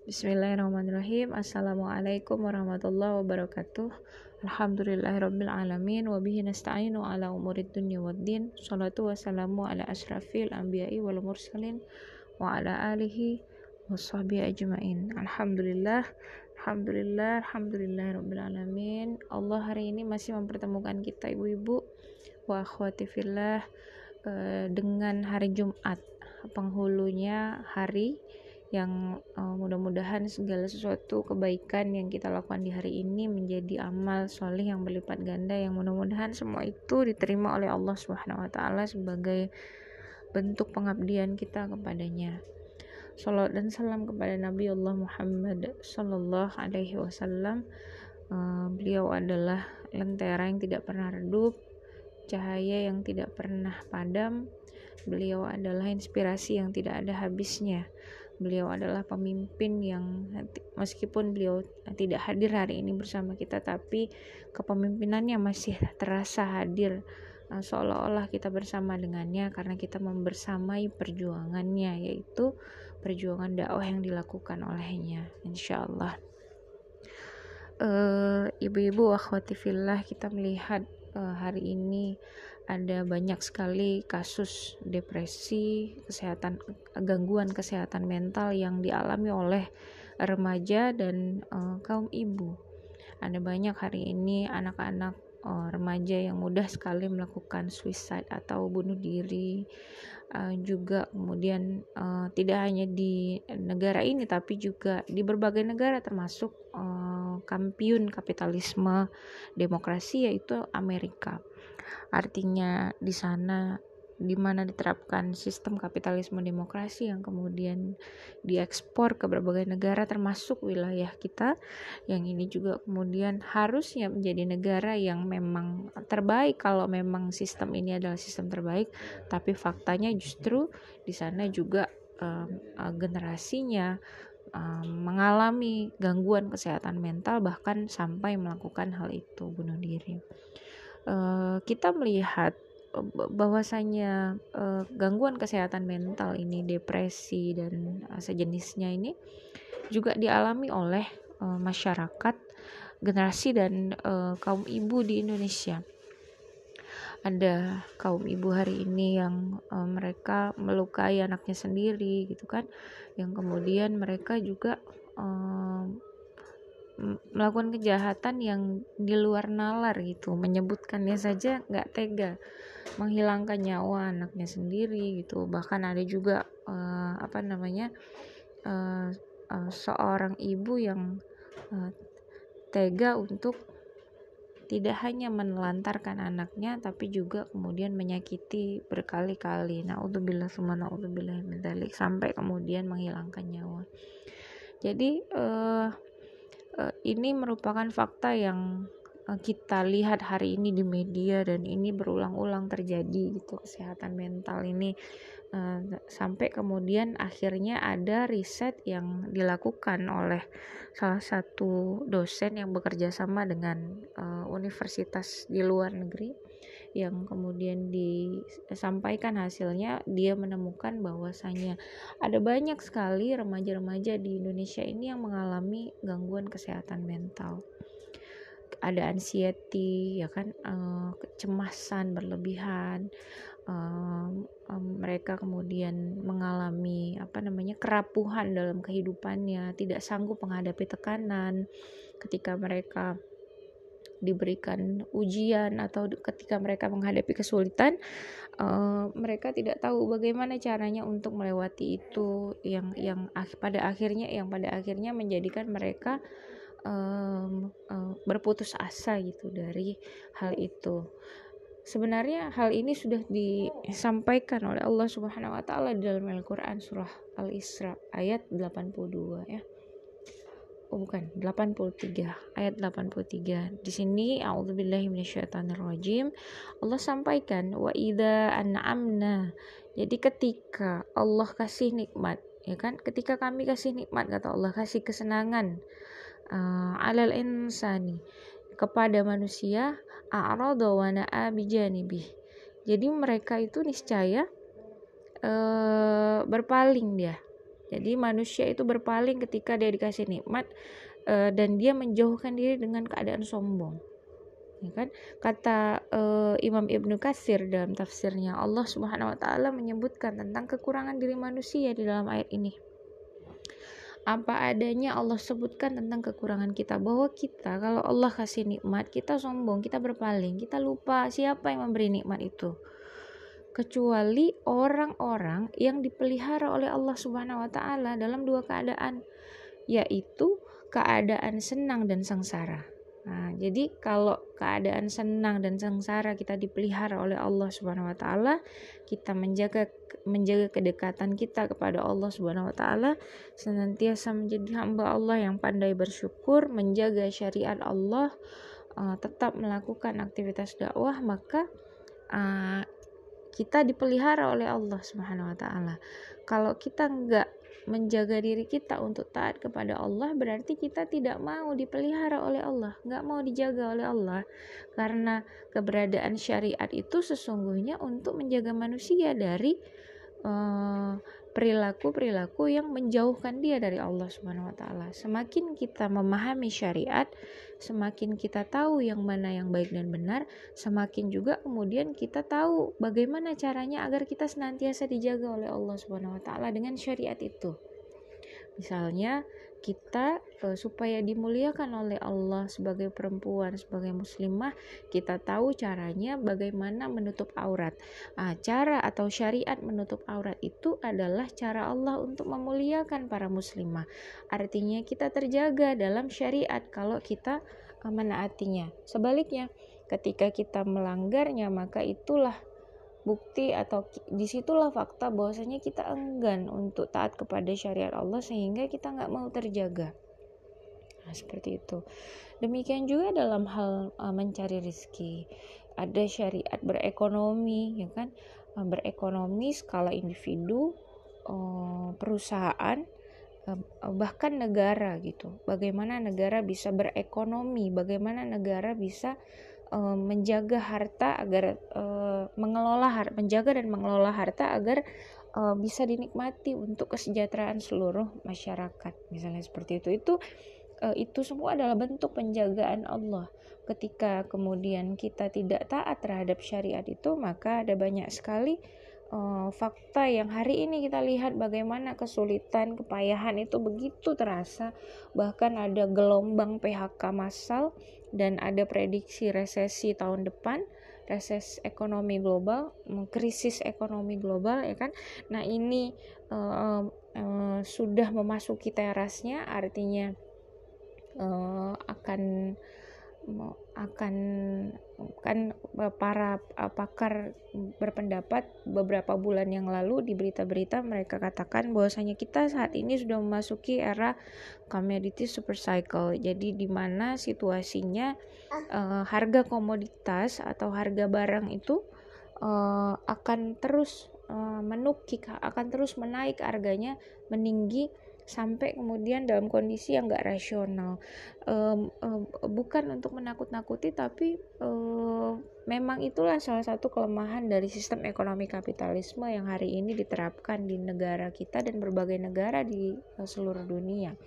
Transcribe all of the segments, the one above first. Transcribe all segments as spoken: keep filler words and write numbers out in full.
Bismillahirrahmanirrahim. Assalamualaikum warahmatullahi wabarakatuh. Alhamdulillahirabbil alamin wa bihi nasta'inu ala umurid dunya waddin. Shalatu wassalamu ala asyrafil anbiya'i wal mursalin wa ala alihi washabbihi ajmain. Alhamdulillah, alhamdulillah, alhamdulillahirabbil alamin. Allah hari ini masih mempertemukan kita ibu-ibu wa akhwati fillah eh, dengan hari Jumat, penghulunya hari yang uh, mudah-mudahan segala sesuatu kebaikan yang kita lakukan di hari ini menjadi amal soleh yang berlipat ganda, yang mudah-mudahan semua itu diterima oleh Allah Subhanahu wa taala sebagai bentuk pengabdian kita kepadanya. Shalawat dan salam kepada Nabi Allah Muhammad sallallahu alaihi wasallam. Uh, beliau adalah lentera yang tidak pernah redup, cahaya yang tidak pernah padam. Beliau adalah inspirasi yang tidak ada habisnya. Beliau adalah pemimpin yang meskipun beliau tidak hadir hari ini bersama kita, tapi kepemimpinannya masih terasa hadir, seolah-olah kita bersama dengannya karena kita membersamai perjuangannya, yaitu perjuangan dakwah yang dilakukan olehnya, insyaallah. Uh, ibu-ibu akhwati fillah, kita melihat uh, hari ini ada banyak sekali kasus depresi, kesehatan, gangguan kesehatan mental yang dialami oleh remaja dan uh, kaum ibu. Ada banyak hari ini anak-anak uh, remaja yang mudah sekali melakukan suicide atau bunuh diri. Uh, juga kemudian uh, tidak hanya di negara ini tapi juga di berbagai negara, termasuk uh, kampiun kapitalisme demokrasi, yaitu Amerika. Artinya di sana di mana diterapkan sistem kapitalisme demokrasi yang kemudian diekspor ke berbagai negara termasuk wilayah kita, yang ini juga kemudian harusnya menjadi negara yang memang terbaik kalau memang sistem ini adalah sistem terbaik, tapi faktanya justru di sana juga um, generasinya um, mengalami gangguan kesehatan mental, bahkan sampai melakukan hal itu, bunuh diri. Uh, kita melihat bahwasanya uh, gangguan kesehatan mental ini, depresi dan uh, sejenisnya ini juga dialami oleh uh, masyarakat, generasi dan uh, kaum ibu di Indonesia. Ada kaum ibu hari ini yang uh, mereka melukai anaknya sendiri gitu kan, yang kemudian mereka juga uh, melakukan kejahatan yang di luar nalar gitu, menyebutkannya saja nggak tega, menghilangkan nyawa anaknya sendiri gitu. Bahkan ada juga uh, apa namanya uh, uh, seorang ibu yang uh, tega untuk tidak hanya menelantarkan anaknya tapi juga kemudian menyakiti berkali-kali, naudzubillah summa naudzubillah min dzalik, sampai kemudian menghilangkan nyawa. Jadi uh, uh, ini merupakan fakta yang kita lihat hari ini di media, dan ini berulang-ulang terjadi gitu, kesehatan mental ini uh, sampai kemudian akhirnya ada riset yang dilakukan oleh salah satu dosen yang bekerja sama dengan uh, universitas di luar negeri, yang kemudian disampaikan hasilnya. Dia menemukan bahwasanya ada banyak sekali remaja-remaja di Indonesia ini yang mengalami gangguan kesehatan mental. Ada anxiety, ya kan, uh, kecemasan berlebihan, uh, um, mereka kemudian mengalami apa namanya kerapuhan dalam kehidupannya, tidak sanggup menghadapi tekanan ketika mereka diberikan ujian atau ketika mereka menghadapi kesulitan. Uh, mereka tidak tahu bagaimana caranya untuk melewati itu, yang yang pada akhirnya yang pada akhirnya menjadikan mereka Um, um, berputus asa gitu dari hal itu. Sebenarnya hal ini sudah disampaikan oleh Allah Subhanahu wa taala di dalam Al-Qur'an surah Al-Isra ayat delapan puluh dua ya. Oh bukan, delapan puluh tiga, ayat delapan puluh tiga. Di sini a'udzubillahi minasyaitonirrajim, Allah sampaikan wa idza an'amna. Jadi ketika Allah kasih nikmat, ya kan? Ketika kami kasih nikmat, kata Allah, kasih kesenangan Uh, alal insani, kepada manusia, a'rada wa na'a bijanibih. Jadi mereka itu niscaya uh, berpaling dia. Jadi manusia itu berpaling ketika dia dikasih nikmat uh, dan dia menjauhkan diri dengan keadaan sombong. Ya kan? Kata uh, Imam Ibnu Katsir dalam tafsirnya, Allah Subhanahu wa taala menyebutkan tentang kekurangan diri manusia di dalam ayat ini. Apa adanya Allah sebutkan tentang kekurangan kita, bahwa kita kalau Allah kasih nikmat kita sombong, kita berpaling, kita lupa siapa yang memberi nikmat itu, kecuali orang-orang yang dipelihara oleh Allah Subhanahu wa taala dalam dua keadaan, yaitu keadaan senang dan sengsara. Nah, jadi kalau keadaan senang dan sengsara kita dipelihara oleh Allah Subhanahu wa taala, kita menjaga menjaga kedekatan kita kepada Allah Subhanahu wa taala, senantiasa menjadi hamba Allah yang pandai bersyukur, menjaga syariat Allah, uh, tetap melakukan aktivitas dakwah, maka uh, kita dipelihara oleh Allah Subhanahu wa taala. Kalau kita enggak menjaga diri kita untuk taat kepada Allah, berarti kita tidak mau dipelihara oleh Allah, nggak mau dijaga oleh Allah, karena keberadaan syariat itu sesungguhnya untuk menjaga manusia dari uh, perilaku-perilaku yang menjauhkan dia dari Allah Subhanahu wa taala. Semakin kita memahami syariat, semakin kita tahu yang mana yang baik dan benar, semakin juga kemudian kita tahu bagaimana caranya agar kita senantiasa dijaga oleh Allah Subhanahu wa taala dengan syariat itu. Misalnya kita e, supaya dimuliakan oleh Allah sebagai perempuan, sebagai muslimah, kita tahu caranya bagaimana menutup aurat. Nah, cara atau syariat menutup aurat itu adalah cara Allah untuk memuliakan para muslimah. Artinya kita terjaga dalam syariat kalau kita e, menaatinya. Sebaliknya, ketika kita melanggarnya, maka itulah bukti atau disitulah fakta bahwasanya kita enggan untuk taat kepada syariat Allah, sehingga kita nggak mau terjaga. Nah, seperti itu. Demikian juga dalam hal uh, mencari rezeki, ada syariat berekonomi, ya kan, uh, berekonomi skala individu, uh, perusahaan, uh, bahkan negara gitu. Bagaimana negara bisa berekonomi, bagaimana negara bisa menjaga harta agar uh, mengelola har- menjaga dan mengelola harta agar uh, bisa dinikmati untuk kesejahteraan seluruh masyarakat, misalnya seperti itu. Itu uh, itu semua adalah bentuk penjagaan Allah. Ketika kemudian kita tidak taat terhadap syariat itu, maka ada banyak sekali uh, fakta yang hari ini kita lihat bagaimana kesulitan, kepayahan itu begitu terasa. Bahkan ada gelombang P H K massal dan ada prediksi resesi tahun depan, resesi ekonomi global, krisis ekonomi global, ya kan. Nah, ini uh, uh, sudah memasuki terasnya, artinya uh, akan akan kan para pakar berpendapat beberapa bulan yang lalu di berita-berita mereka katakan bahwasanya kita saat ini sudah memasuki era commodity super cycle. Jadi di mana situasinya uh, harga komoditas atau harga barang itu uh, akan terus uh, menukik, akan terus menaik harganya, meninggi sampai kemudian dalam kondisi yang gak rasional. Um, um, bukan untuk menakut-nakuti, tapi um, memang itulah salah satu kelemahan dari sistem ekonomi kapitalisme yang hari ini diterapkan di negara kita dan berbagai negara di uh, seluruh dunia.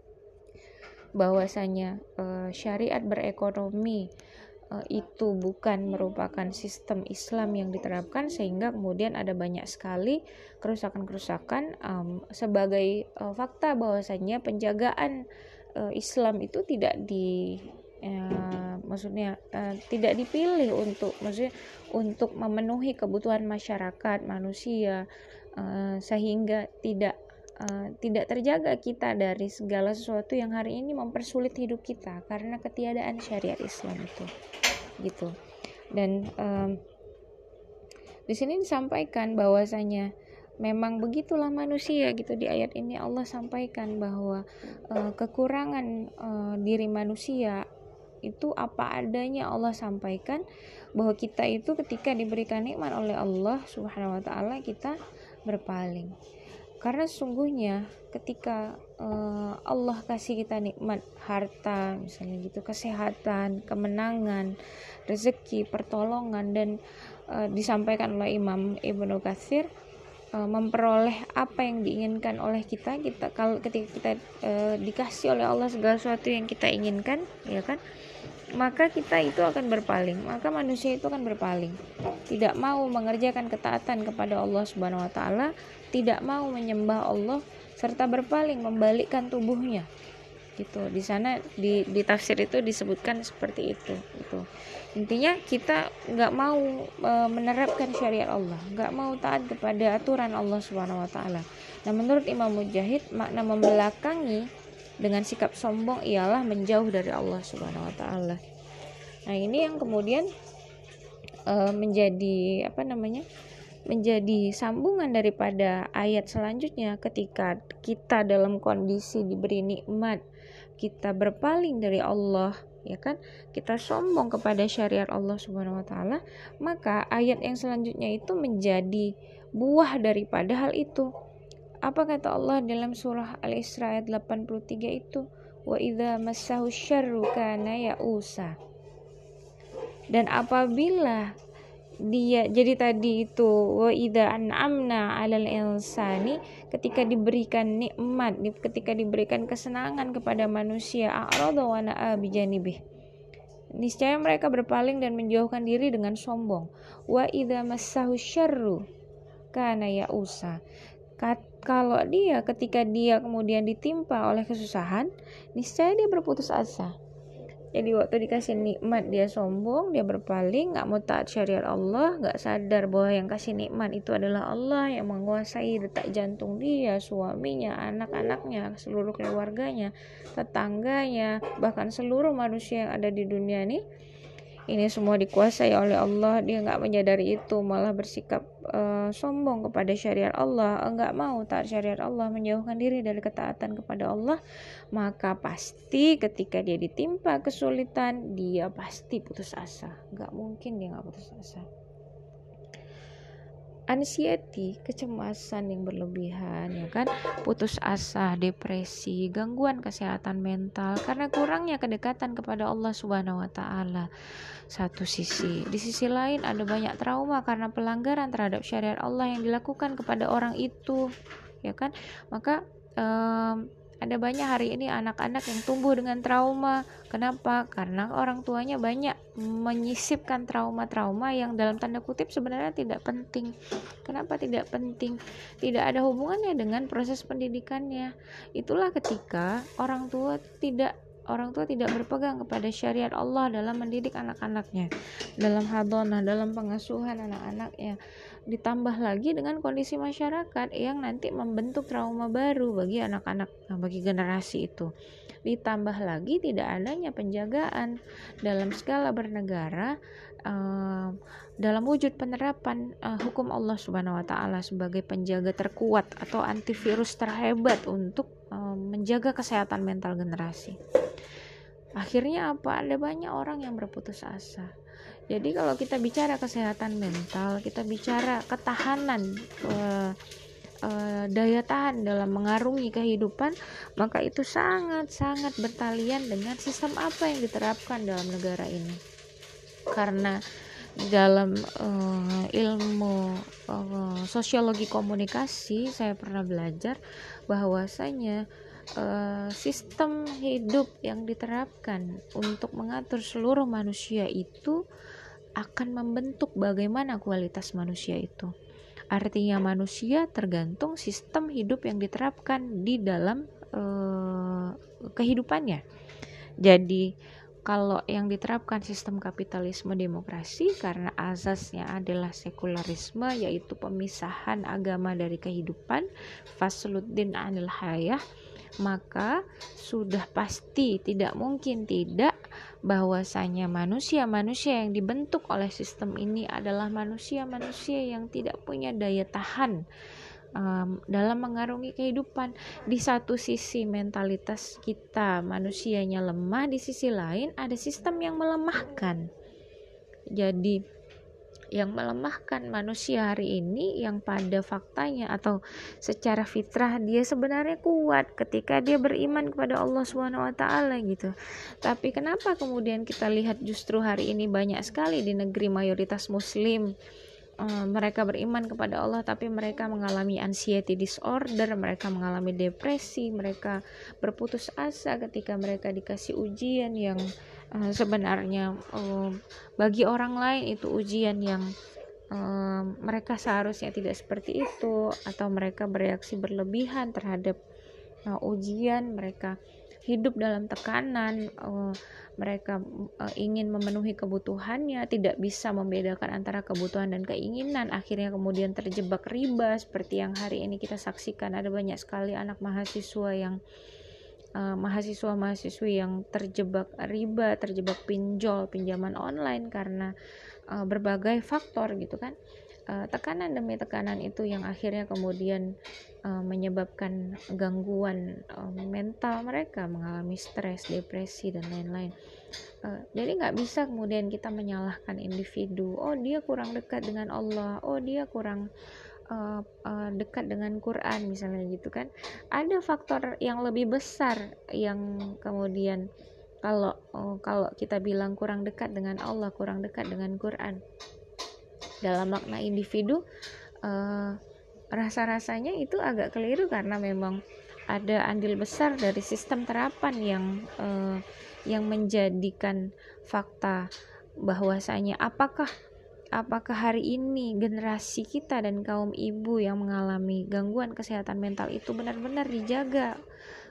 Bahwasanya uh, syariat berekonomi uh, itu bukan merupakan sistem Islam yang diterapkan, sehingga kemudian ada banyak sekali kerusakan-kerusakan, um, sebagai uh, fakta bahwasanya penjagaan uh, Islam itu tidak di uh, maksudnya uh, tidak dipilih untuk maksudnya untuk memenuhi kebutuhan masyarakat manusia, uh, sehingga tidak Uh, tidak terjaga kita dari segala sesuatu yang hari ini mempersulit hidup kita karena ketiadaan syariat Islam itu, gitu. Dan um, di sini disampaikan bahwasanya memang begitulah manusia, gitu. Di ayat ini Allah sampaikan bahwa uh, kekurangan uh, diri manusia itu apa adanya. Allah sampaikan bahwa kita itu ketika diberikan nikmat oleh Allah Subhanahu wa taala, kita berpaling. Karena sesungguhnya ketika uh, Allah kasih kita nikmat harta, misalnya gitu, kesehatan, kemenangan, rezeki, pertolongan, dan uh, disampaikan oleh Imam Ibnu Katsir uh, memperoleh apa yang diinginkan oleh kita, kita kalau ketika kita uh, dikasih oleh Allah segala sesuatu yang kita inginkan, ya kan, maka kita itu akan berpaling, maka manusia itu akan berpaling, tidak mau mengerjakan ketaatan kepada Allah Subhanahu wa taala, tidak mau menyembah Allah, serta berpaling, membalikkan tubuhnya. Gitu. Di sana di, di tafsir itu disebutkan seperti itu. Gitu. Intinya kita nggak mau e, menerapkan syariat Allah, nggak mau taat kepada aturan Allah Subhanahu wa taala. Nah, menurut Imam Mujahid, makna membelakangi dengan sikap sombong ialah menjauh dari Allah Subhanahu wa taala. Nah, ini yang kemudian e, menjadi apa namanya? menjadi sambungan daripada ayat selanjutnya, ketika kita dalam kondisi diberi nikmat, kita berpaling dari Allah, ya kan, kita sombong kepada syariat Allah Subhanahu wa taala, maka ayat yang selanjutnya itu menjadi buah daripada hal itu. Apa kata Allah dalam surah Al-Isra ayat delapan puluh tiga itu? Wa idza massahu syarru kana ya'usa. Dan apabila dia, jadi tadi itu wa idza an'amna 'alal insani, ketika diberikan nikmat, ketika diberikan kesenangan kepada manusia, a'rada wa na'a bijanibih, niscaya mereka berpaling dan menjauhkan diri dengan sombong. Wa idza massahu syarru kana ya'usa, kalau dia ketika dia kemudian ditimpa oleh kesusahan, niscaya dia berputus asa. Jadi waktu dikasih nikmat dia sombong, dia berpaling, gak mau taat syariat Allah, gak sadar bahwa yang kasih nikmat itu adalah Allah yang menguasai detak jantung dia, suaminya, anak-anaknya, seluruh keluarganya, tetangganya, bahkan seluruh manusia yang ada di dunia ini. Ini semua dikuasai oleh Allah, dia gak menyadari itu, malah bersikap uh, sombong kepada syariat Allah, enggak mau taat syariat Allah, menjauhkan diri dari ketaatan kepada Allah, maka pasti ketika dia ditimpa kesulitan, dia pasti putus asa. Gak mungkin dia gak putus asa. Anxiety, kecemasan yang berlebihan, ya kan, putus asa, depresi, gangguan kesehatan mental karena kurangnya kedekatan kepada Allah Subhanahu wa taala. Satu sisi, di sisi lain ada banyak trauma karena pelanggaran terhadap syariat Allah yang dilakukan kepada orang itu, ya kan? Maka um, ada banyak hari ini anak-anak yang tumbuh dengan trauma. Kenapa? Karena orang tuanya banyak menyisipkan trauma-trauma yang dalam tanda kutip sebenarnya tidak penting. Kenapa tidak penting? Tidak ada hubungannya dengan proses pendidikannya. Itulah ketika orang tua tidak orang tua tidak berpegang kepada syariat Allah dalam mendidik anak-anaknya, dalam hadonah, dalam pengasuhan anak-anaknya. Ditambah lagi dengan kondisi masyarakat yang nanti membentuk trauma baru bagi anak-anak, bagi generasi itu. Ditambah lagi tidak adanya penjagaan dalam skala bernegara uh, dalam wujud penerapan uh, hukum Allah Subhanahu wa taala sebagai penjaga terkuat atau antivirus terhebat untuk uh, menjaga kesehatan mental generasi. Akhirnya apa? Ada banyak orang yang berputus asa. Jadi kalau kita bicara kesehatan mental, kita bicara ketahanan, uh, uh, daya tahan dalam mengarungi kehidupan, maka itu sangat-sangat bertalian dengan sistem apa yang diterapkan dalam negara ini. Karena dalam uh, ilmu uh, sosiologi komunikasi saya pernah belajar bahwasanya Uh, sistem hidup yang diterapkan untuk mengatur seluruh manusia itu akan membentuk bagaimana kualitas manusia itu. Artinya manusia tergantung sistem hidup yang diterapkan di dalam uh, kehidupannya. Jadi kalau yang diterapkan sistem kapitalisme demokrasi karena asasnya adalah sekularisme, yaitu pemisahan agama dari kehidupan, fasluddin anil hayah, maka sudah pasti tidak mungkin tidak bahwasanya manusia-manusia yang dibentuk oleh sistem ini adalah manusia-manusia yang tidak punya daya tahan um, dalam mengarungi kehidupan. Di satu sisi mentalitas kita manusianya lemah, di sisi lain ada sistem yang melemahkan. Jadi yang melemahkan manusia hari ini yang pada faktanya atau secara fitrah dia sebenarnya kuat ketika dia beriman kepada Allah Subhanahu wa taala gitu. Tapi kenapa kemudian kita lihat justru hari ini banyak sekali di negeri mayoritas muslim uh, mereka beriman kepada Allah tapi mereka mengalami anxiety disorder, mereka mengalami depresi, mereka berputus asa ketika mereka dikasih ujian yang uh, sebenarnya uh, bagi orang lain itu ujian yang uh, mereka seharusnya tidak seperti itu, atau mereka bereaksi berlebihan terhadap uh, ujian, mereka hidup dalam tekanan, uh, mereka uh, ingin memenuhi kebutuhannya, tidak bisa membedakan antara kebutuhan dan keinginan, akhirnya kemudian terjebak riba seperti yang hari ini kita saksikan. Ada banyak sekali anak mahasiswa yang uh, mahasiswa-mahasiswi yang terjebak riba, terjebak pinjol, pinjaman online karena uh, berbagai faktor gitu kan. Uh, tekanan demi tekanan itu yang akhirnya kemudian uh, menyebabkan gangguan uh, mental mereka, mengalami stres, depresi dan lain-lain. Uh, jadi nggak bisa kemudian kita menyalahkan individu, oh dia kurang dekat dengan Allah, oh dia kurang uh, uh, dekat dengan Quran misalnya gitu kan. Ada faktor yang lebih besar yang kemudian kalau uh, kalau kita bilang kurang dekat dengan Allah, kurang dekat dengan Quran dalam makna individu, uh, rasa-rasanya itu agak keliru karena memang ada andil besar dari sistem terapan yang uh, yang menjadikan fakta bahwasanya apakah apakah hari ini generasi kita dan kaum ibu yang mengalami gangguan kesehatan mental itu benar-benar dijaga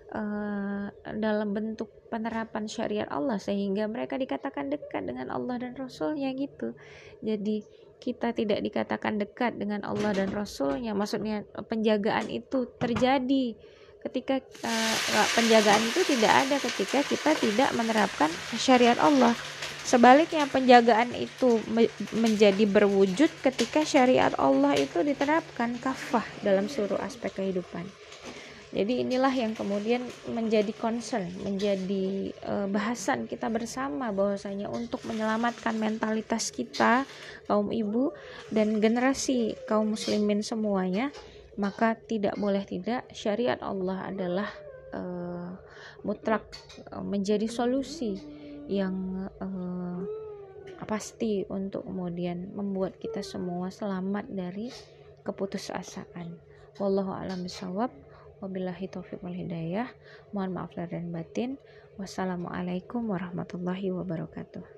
uh, dalam bentuk penerapan syariat Allah sehingga mereka dikatakan dekat dengan Allah dan Rasulnya gitu. Jadi kita tidak dikatakan dekat dengan Allah dan Rasulnya, maksudnya penjagaan itu terjadi ketika uh, penjagaan itu tidak ada ketika kita tidak menerapkan syariat Allah. Sebaliknya penjagaan itu me- menjadi berwujud ketika syariat Allah itu diterapkan kafah dalam seluruh aspek kehidupan. Jadi inilah yang kemudian menjadi concern, menjadi uh, bahasan kita bersama bahwasanya untuk menyelamatkan mentalitas kita kaum ibu dan generasi kaum muslimin semuanya, maka tidak boleh tidak syariat Allah adalah uh, mutlak uh, menjadi solusi yang uh, pasti untuk kemudian membuat kita semua selamat dari keputusasaan. Wallahu a'lam bishawab. Wabillahi taufiq wal hidayah. Mohon maaf lahir dan batin. Wassalamualaikum warahmatullahi wabarakatuh.